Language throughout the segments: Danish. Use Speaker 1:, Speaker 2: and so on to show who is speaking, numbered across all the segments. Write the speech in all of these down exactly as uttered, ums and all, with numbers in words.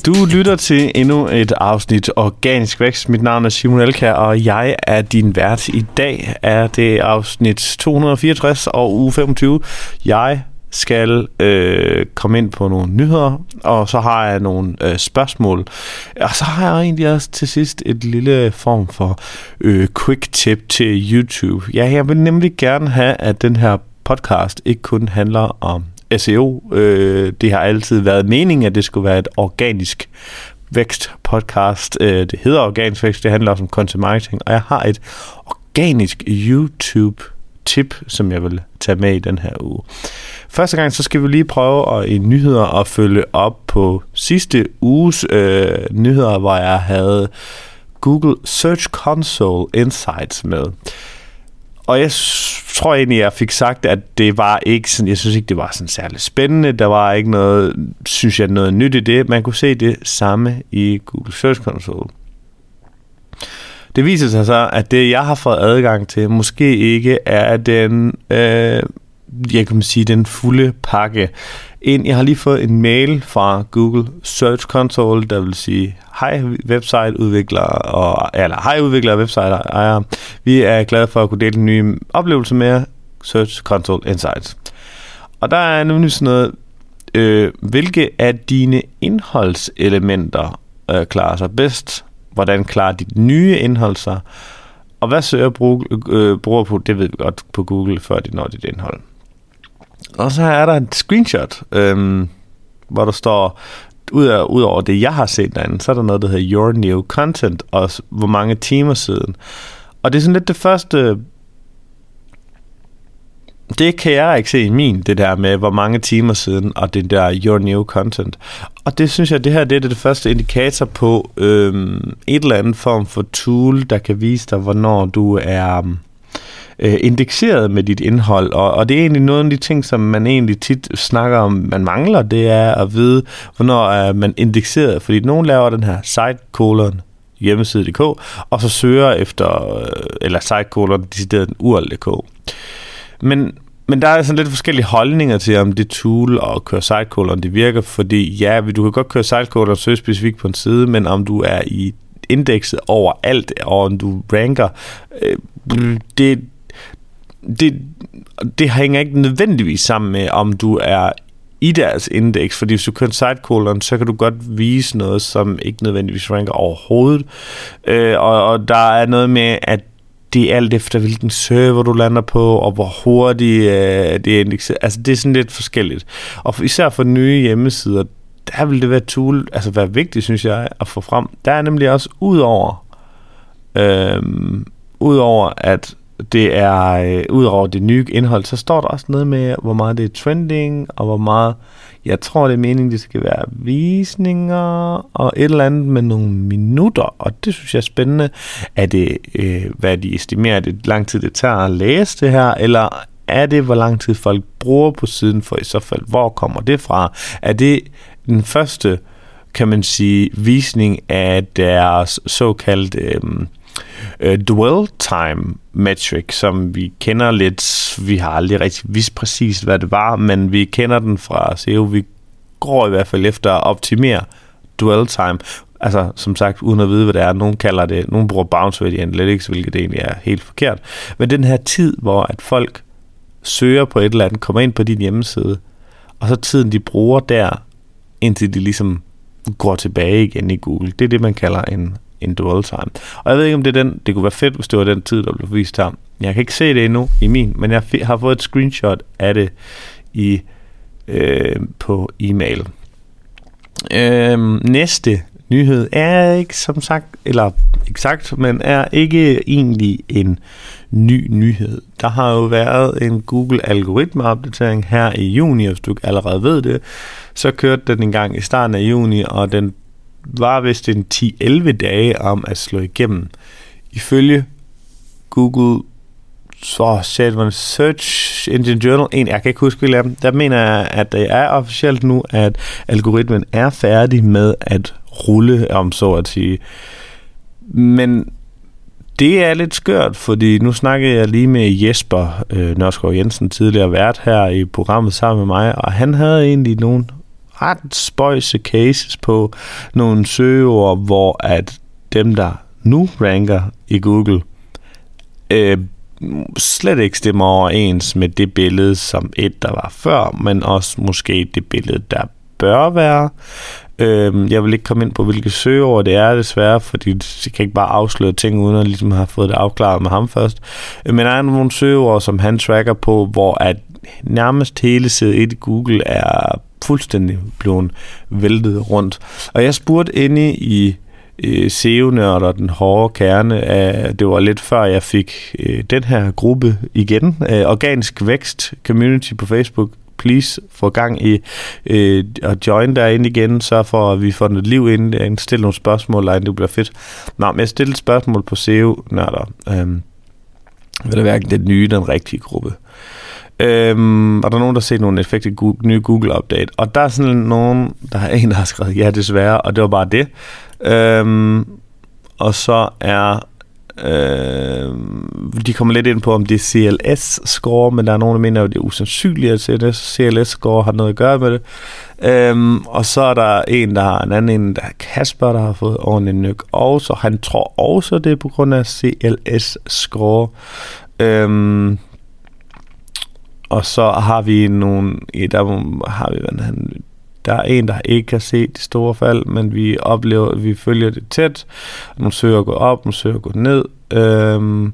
Speaker 1: Du lytter til endnu et afsnit Organisk Vækst. Mit navn er Simon Elkjær, og jeg er din vært. I dag er det afsnit to hundrede og fireogtres og uge femogtyve. Jeg skal øh, komme ind på nogle nyheder, og så har jeg nogle øh, spørgsmål. Og så har jeg egentlig også til sidst et lille form for øh, quick tip til YouTube. Ja, jeg vil nemlig gerne have, at den her podcast ikke kun handler om S E O. Øh, det har altid været meningen, at det skulle være et organisk vækst podcast. Øh, det hedder Organisk Vækst, det handler også om content marketing, og jeg har et organisk YouTube tip, som jeg vil tage med i den her uge. Første gang, så skal vi lige prøve at, i nyheder at følge op på sidste uges øh, nyheder, hvor jeg havde Google Search Console Insights med. Og jeg tror egentlig, jeg fik sagt, at det var ikke sådan, jeg synes ikke, det var sådan særlig spændende. Der var ikke noget, synes jeg, noget nyt i det. Man kunne se det samme i Google Search Console. Det viser sig så, at det, jeg har fået adgang til, måske ikke er den, øh, jeg kan sige, den fulde pakke. Jeg har lige fået en mail fra Google Search Console, der vil sige, hej websiteudviklere, og, eller hej udviklere og websiteejere. Vi er glade for at kunne dele en ny oplevelse med Search Console Insights. Og der er nemlig sådan noget, øh, hvilke af dine indholdselementer øh, klarer sig bedst? Hvordan klarer dit nye indhold sig? Og hvad søger brug, øh, bruger på, det ved vi godt på Google, før de når dit indhold. Og så er der et screenshot, øhm, hvor der står, ud af, ud over det, jeg har set derinde, så er der noget, der hedder Your New Content, og hvor mange timer siden. Og det er sådan lidt det første, det kan jeg ikke se i min, det der med, hvor mange timer siden, og det der Your New Content. Og det synes jeg, det her det er det første indikator på øhm, et eller andet form for tool, der kan vise dig, hvornår du er øh, indekseret med dit indhold. Og, og det er egentlig nogle af de ting, som man egentlig tit snakker om, man mangler, det er at vide, hvornår er man indekseret. Fordi nogen laver den her site-colon hjemmeside punktum d k, og så søger efter, eller site-colon decideret U R L punktum d k. Men, men der er sådan lidt forskellige holdninger til, om det tool og køre site-colon, det virker, fordi ja, du kan godt køre site-colon og søge specifikt på en side, men om du er i indekset over alt, og om du ranker, øh, det, det, det hænger ikke nødvendigvis sammen med, om du er i deres indeks, fordi hvis du kører site-colon, så kan du godt vise noget, som ikke nødvendigvis ranker overhovedet, øh, og, og der er noget med, at det er alt efter, hvilken server du lander på, og hvor hurtigt øh, det er indekseret. Altså, det er sådan lidt forskelligt. Og især for nye hjemmesider, der vil det være tool, altså være vigtigt, synes jeg, at få frem. Der er nemlig også udover, øh, udover at det er, øh, udover det nye indhold, så står der også noget med, hvor meget det er trending, og hvor meget, jeg tror, det er meningen, det skal være visninger, og et eller andet med nogle minutter, og det synes jeg er spændende. Er det, øh, hvad de estimerer, det lang tid det tager at læse det her, eller er det, hvor lang tid folk bruger på siden, for i så fald, hvor kommer det fra? Er det den første, kan man sige, visning af deres såkaldte øh, øh, dwell time metric, som vi kender lidt, vi har aldrig rigtig vidst præcis, hvad det var, men vi kender den fra S E O, vi går i hvert fald efter at optimere dwell time, altså som sagt, uden at vide, hvad det er. Nogen kalder det, nogen bruger bounce rate i analytics, hvilket det egentlig er helt forkert, men den her tid, hvor at folk søger på et eller andet, kommer ind på din hjemmeside, og så tiden, de bruger der, indtil de ligesom går tilbage igen i Google, det er det, man kalder en en dwell time. Og jeg ved ikke, om det er den, det kunne være fedt, hvis det var den tid, der blev vist her. Jeg kan ikke se det endnu i min, men jeg har fået et screenshot af det i, øh, på e-mail. Øh, næste nyhed er ikke som sagt, eller ikke sagt, men er ikke egentlig en ny nyhed. Der har jo været en Google-algoritmeopdatering her i juni, og hvis du allerede ved det, så kørte den en gang i starten af juni, og den var vist en ti til elleve dage om at slå igennem. Ifølge Google så sagde Search Engine Journal, en, jeg kan ikke huske, hvad det er, der mener jeg, at det er officielt nu, at algoritmen er færdig med at rulle, om så at sige. Men det er lidt skørt, fordi nu snakkede jeg lige med Jesper øh, Nørskov Jensen, tidligere vært her i programmet sammen med mig, og han havde egentlig nogen ret spøjse cases på nogle søgeord, hvor at dem, der nu ranker i Google, øh, slet ikke stemmer overens med det billede, som et, der var før, men også måske det billede, der bør være. Øh, jeg vil ikke komme ind på, hvilke søgeord det er, desværre, fordi jeg kan ikke bare afsløre ting, uden at ligesom have fået det afklaret med ham først. Men der er nogle søgeord, som han tracker på, hvor at nærmest hele side et i Google er fuldstændig blevet væltet rundt. Og jeg spurgte inde i S E O-nørder, den hårde kerne af, det var lidt før jeg fik øh, den her gruppe igen, øh, Organisk Vækst Community på Facebook. Please få gang i øh, at join derinde igen, så for at vi får noget liv ind, og stille nogle spørgsmål, derinde, det bliver fedt. Nå, men jeg stillede et spørgsmål på S E O-nørder. Øhm, hvad er hverken den nye, den rigtige gruppe. Øhm, og der er nogen, der har set nogle effektive Google, nye Google-update, og der er sådan nogen, der er en, der har skrevet, ja, desværre, og det var bare det. Øhm, og så er øh, de kommer lidt ind på, om det er C L S-score, men der er nogen, der mener, at det er usandsynligt, at C L S-score har noget at gøre med det. Øhm, og så er der en, der har en anden en, der er Kasper, der har fået ordentligt nyk også, og han tror også, det er på grund af C L S-score. Øhm, og så har vi nogle, der har vi, hvad han, der er en, der ikke kan se de store fald, men vi oplever, vi følger det tæt. Nogle søger går op, nogle søger går ned. Øhm,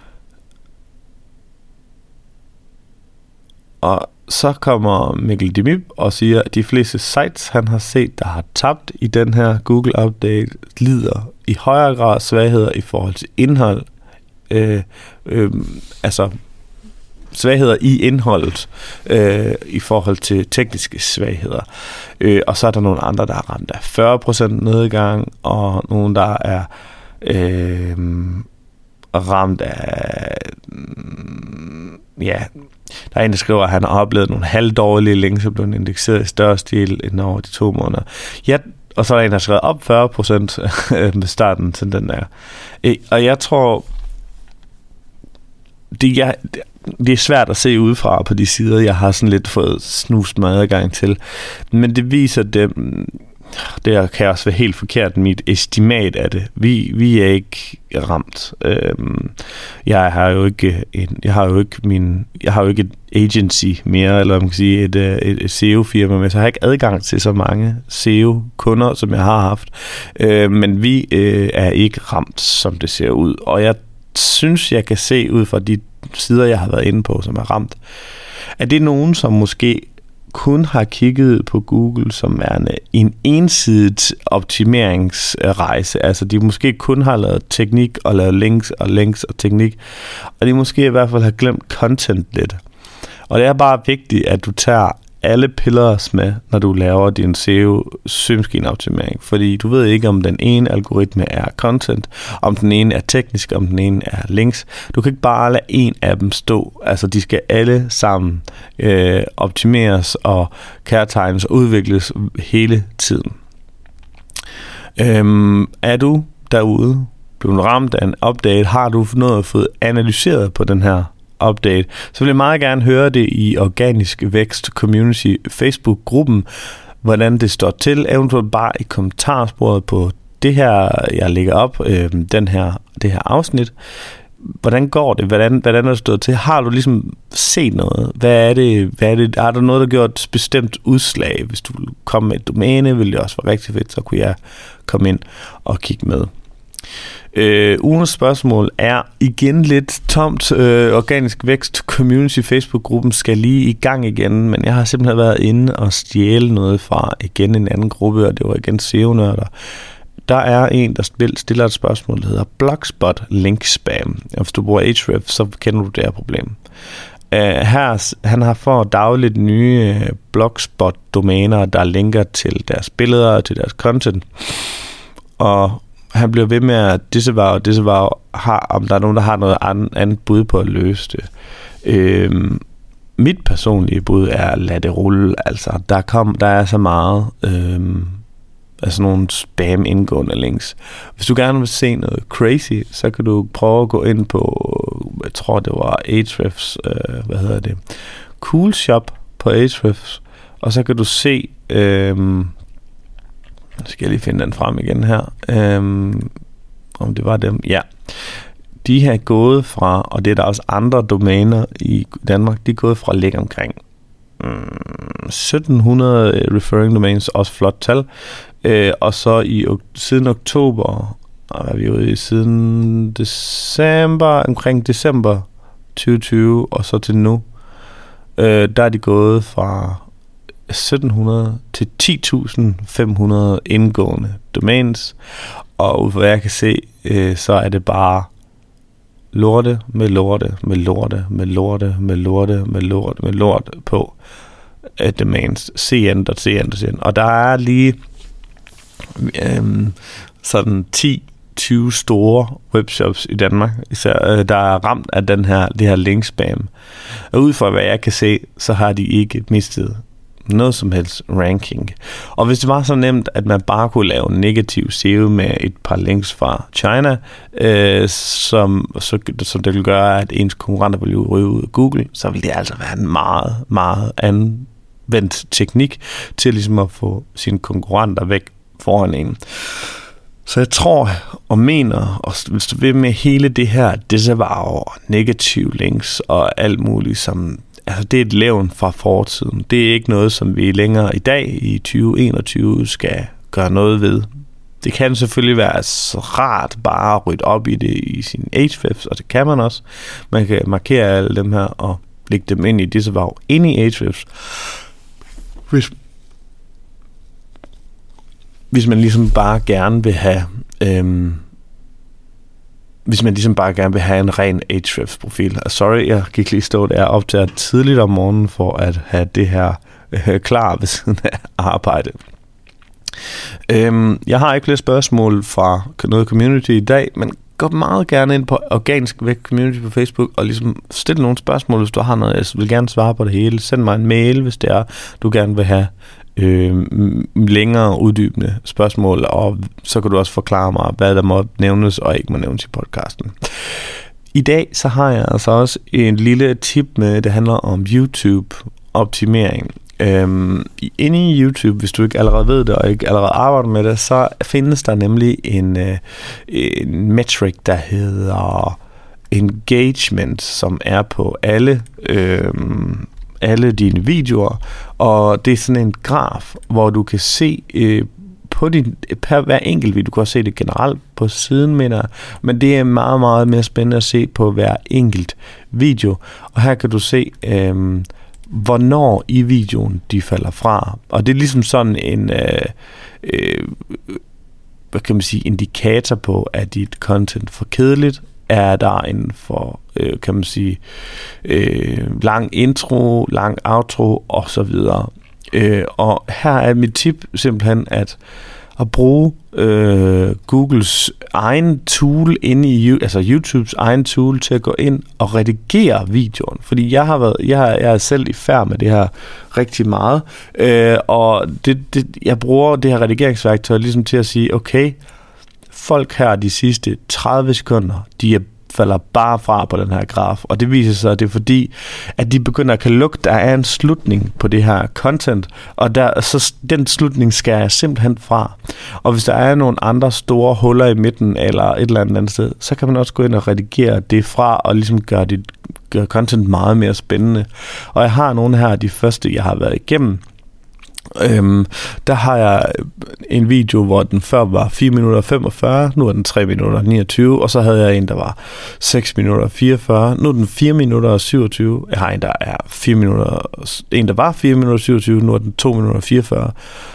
Speaker 1: og så kommer Mikkel Demip og siger, at de fleste sites, han har set, der har tabt i den her Google Update, lider i højere grad svagheder i forhold til indhold. Øh, øh, altså svagheder i indholdet øh, i forhold til tekniske svagheder. Øh, og så er der nogle andre, der er ramt af fyrre procent nedgang, og nogle, der er øh, ramt af ja, der er en, der skriver, at han har oplevet nogle halvdårlige links, som blev indekseret i større stil end over de to måneder. Ja, og så er der en, der har skrevet op fyrre procent med starten til den der. Øh, og jeg tror, det, jeg, det er svært at se udefra på de sider, jeg har sådan lidt fået snust med adgang til. Men det viser dem, det kan også være helt forkert, mit estimat af det. Vi, vi er ikke ramt. Øhm, jeg har jo ikke en, jeg har jo ikke min, jeg har jo ikke et agency mere, eller man kan sige et, et, et S E O-firma, men så har jeg ikke adgang til så mange S E O-kunder, som jeg har haft. Øh, men vi øh, er ikke ramt, som det ser ud. Og jeg synes, jeg kan se ud fra de sider, jeg har været inde på, som er ramt, at det er nogen, som måske kun har kigget på Google som værende en ensidigt optimeringsrejse. Altså, de måske kun har lavet teknik og lavet links og links og teknik, og de måske i hvert fald har glemt content lidt. Og det er bare vigtigt, at du tager alle pillars med, når du laver din S E O-søgemaskineoptimering, fordi du ved ikke, om den ene algoritme er content, om den ene er teknisk, om den ene er links. Du kan ikke bare lade en af dem stå. Altså, de skal alle sammen øh, optimeres og kærtegnes og udvikles hele tiden. Øhm, er du derude blevet ramt af en update? Har du noget fået analyseret på den her update, så vil jeg meget gerne høre det i Organisk Vækst Community Facebook-gruppen, hvordan det står til, eventuelt bare i kommentarsporet på det her, jeg lægger op, øh, den her, det her afsnit. Hvordan går det? Hvordan, hvordan er det stået til? Har du ligesom set noget? Hvad er det? Hvad er det? Har der noget, der gjort et bestemt udslag? Hvis du kom med et domæne, ville det også være rigtig fedt, så kunne jeg komme ind og kigge med. Øh, ugens spørgsmål er igen lidt tomt. øh, Organisk Vækst Community Facebook-gruppen skal lige i gang igen, men jeg har simpelthen været inde og stjæle noget fra igen en anden gruppe, og det var igen S E O-nørder. Der er en, der stiller et spørgsmål, der hedder Blogspot Link Spam. Og hvis du bruger Ahrefs, så kender du det her problem. Uh, her, han har for dagligt nye uh, Blogspot-domæner, der linker til deres billeder og til deres content. Og han bliver ved med at disavow og disavow, har, om der er nogen, der har noget andet bud på at løse det. Øhm, mit personlige bud er at lade det rulle. Altså, der, kom, der er så meget øhm, altså nogle spam indgående links. Hvis du gerne vil se noget crazy, så kan du prøve at gå ind på, jeg tror det var Ahrefs, øh, hvad hedder det, Cool Shop på Ahrefs, Og så kan du se, øhm, skal jeg lige finde den frem igen her, øhm, om det var dem, ja. De har gået fra, og det er der også andre domæner i Danmark, de er gået fra at ligge omkring mm, sytten hundrede referring domains, også flot tal, øh, og så i siden oktober, og er vi ude i siden december, omkring december tyve tyve, og så til nu, øh, der er de gået fra sytten hundrede til ti tusind fem hundrede indgående domains, og ud fra hvad jeg kan se, øh, så er det bare lorte med lorte med lorte med lorte med lorte med lorte med lort på uh, domains cn punktum cn punktum cn, og der er lige øhm, sådan ti tyve store webshops i Danmark, især, øh, der er ramt af den her, det her linkspam. Og ud fra hvad jeg kan se, så har de ikke mistet noget som helst ranking. Og hvis det var så nemt, at man bare kunne lave negativ S E O med et par links fra China, øh, som, så, som det vil gøre, at ens konkurrenter vil ryge ud af Google, så vil det altså være en meget, meget anvendt teknik til ligesom at få sine konkurrenter væk foran en. Så jeg tror og mener, og hvis du vil med hele det her disavow, negative links og alt muligt, som altså det er et levn fra fortiden. Det er ikke noget, som vi længere i dag i tyve enogtyve skal gøre noget ved. Det kan selvfølgelig være så rart bare at rydde op i det i sin Ahrefs, og det kan man også. Man kan markere alle dem her og lægge dem ind i disavow ind i Ahrefs. Hvis, hvis man ligesom bare gerne vil have øhm, hvis man ligesom bare gerne vil have en ren Ahrefs-profil. Sorry, jeg gik lige stå der op til tidligt om morgenen for at have det her øh, klar ved siden af arbejde. Øhm, jeg har ikke flere spørgsmål fra noget community i dag, men gå meget gerne ind på Organisk Væk Community på Facebook og ligesom stille nogle spørgsmål, hvis du har noget. Jeg vil gerne svare på det hele. Send mig en mail, hvis det er, du gerne vil have Øh, længere uddybende spørgsmål, og så kan du også forklare mig, hvad der må nævnes og ikke må nævnes i podcasten. I dag så har jeg altså også en lille tip med, det handler om YouTube-optimering. Øhm, inde i YouTube, hvis du ikke allerede ved det og ikke allerede arbejder med det, så findes der nemlig en, øh, en metric, der hedder engagement, som er på alle øh, alle dine videoer, og det er sådan en graf, hvor du kan se øh, på din, per hver enkelt video, du kan også se det generelt på siden, mener, men det er meget, meget mere spændende at se på hver enkelt video, og her kan du se, øh, hvornår i videoen de falder fra, og det er ligesom sådan en øh, øh, hvad kan man sige, indikator på, at dit content for kedeligt, er der en for, øh, kan man sige, øh, lang intro, lang outro og så videre. Øh, og her er mit tip simpelthen at at bruge øh, Googles egen tool inde i, altså YouTubes egen tool til at gå ind og redigere videoen, fordi jeg har været, jeg har, jeg er selv i færd med det her rigtig meget, øh, og det, det, jeg bruger det her redigeringsværktøj ligesom til at sige, okay, folk her de sidste tredive sekunder, de er falder bare fra på den her graf, og det viser sig, at det er fordi, at de begynder at kan lugte, der er en slutning på det her content, og der, så den slutning skal jeg simpelthen fra. Og hvis der er nogle andre store huller i midten, eller et eller andet andet sted, så kan man også gå ind og redigere det fra, og ligesom gøre det gøre content meget mere spændende. Og jeg har nogle her, de første, jeg har været igennem. Øhm, der har jeg en video, hvor den før var fire minutter og femogfyrre, nu er den tre minutter og niogtyve, og så havde jeg en, der var seks minutter og fireogfyrre, nu er den fire minutter og syvogtyve, jeg har en, der er fire minutter, en, der var fire minutter og syvogtyve, nu er den to minutter og fireogfyrre,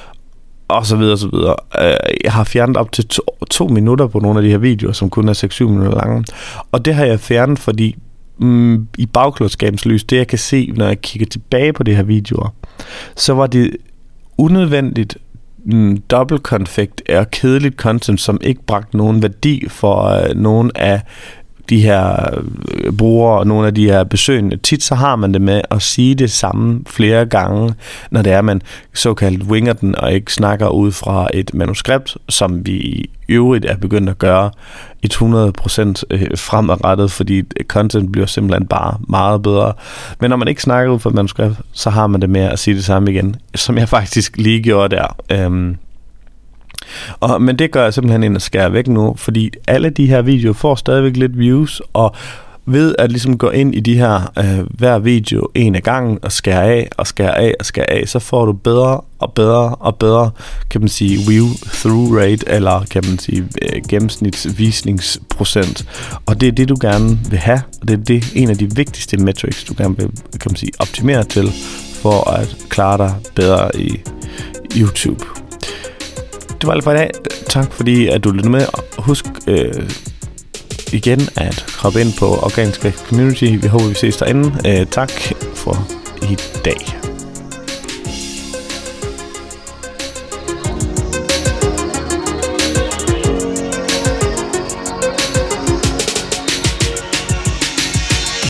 Speaker 1: og så videre, og så videre. Jeg har fjernet op til to, to minutter på nogle af de her videoer, som kun er seks syv minutter lange, og det har jeg fjernet, fordi mm, i bagklodskabens lys, det jeg kan se, når jeg kigger tilbage på de her videoer, så var det unødvendigt mm, dobbeltkonfekt er kedeligt content, som ikke bragte nogen værdi for øh, nogen af de her brugere og nogle af de her besøgende, tit så har man det med at sige det samme flere gange, når det er, man såkaldt winger den og ikke snakker ud fra et manuskript, som vi i øvrigt er begyndt at gøre hundrede procent fremadrettet, fordi content bliver simpelthen bare meget bedre. Men når man ikke snakker ud fra et manuskript, så har man det med at sige det samme igen, som jeg faktisk lige gjorde der. Øhm, Og, men det gør jeg simpelthen ind at skære væk nu, fordi alle de her videoer får stadigvæk lidt views, og ved at ligesom gå ind i de her øh, hver video en af gangen og skære af og skære af og skære af, så får du bedre og bedre og bedre, kan man sige, view-through rate, eller kan man sige øh, gennemsnitsvisningsprocent. Og det er det, du gerne vil have, og det er det en af de vigtigste metrics, du gerne vil, kan man sige, optimere til, for at klare dig bedre i YouTube. Det var alt for i dag. Tak fordi at du lyttede med. Husk øh, igen at hoppe ind på Organisk Vækst Community. Vi håber vi ses derinde. Øh, tak for i dag.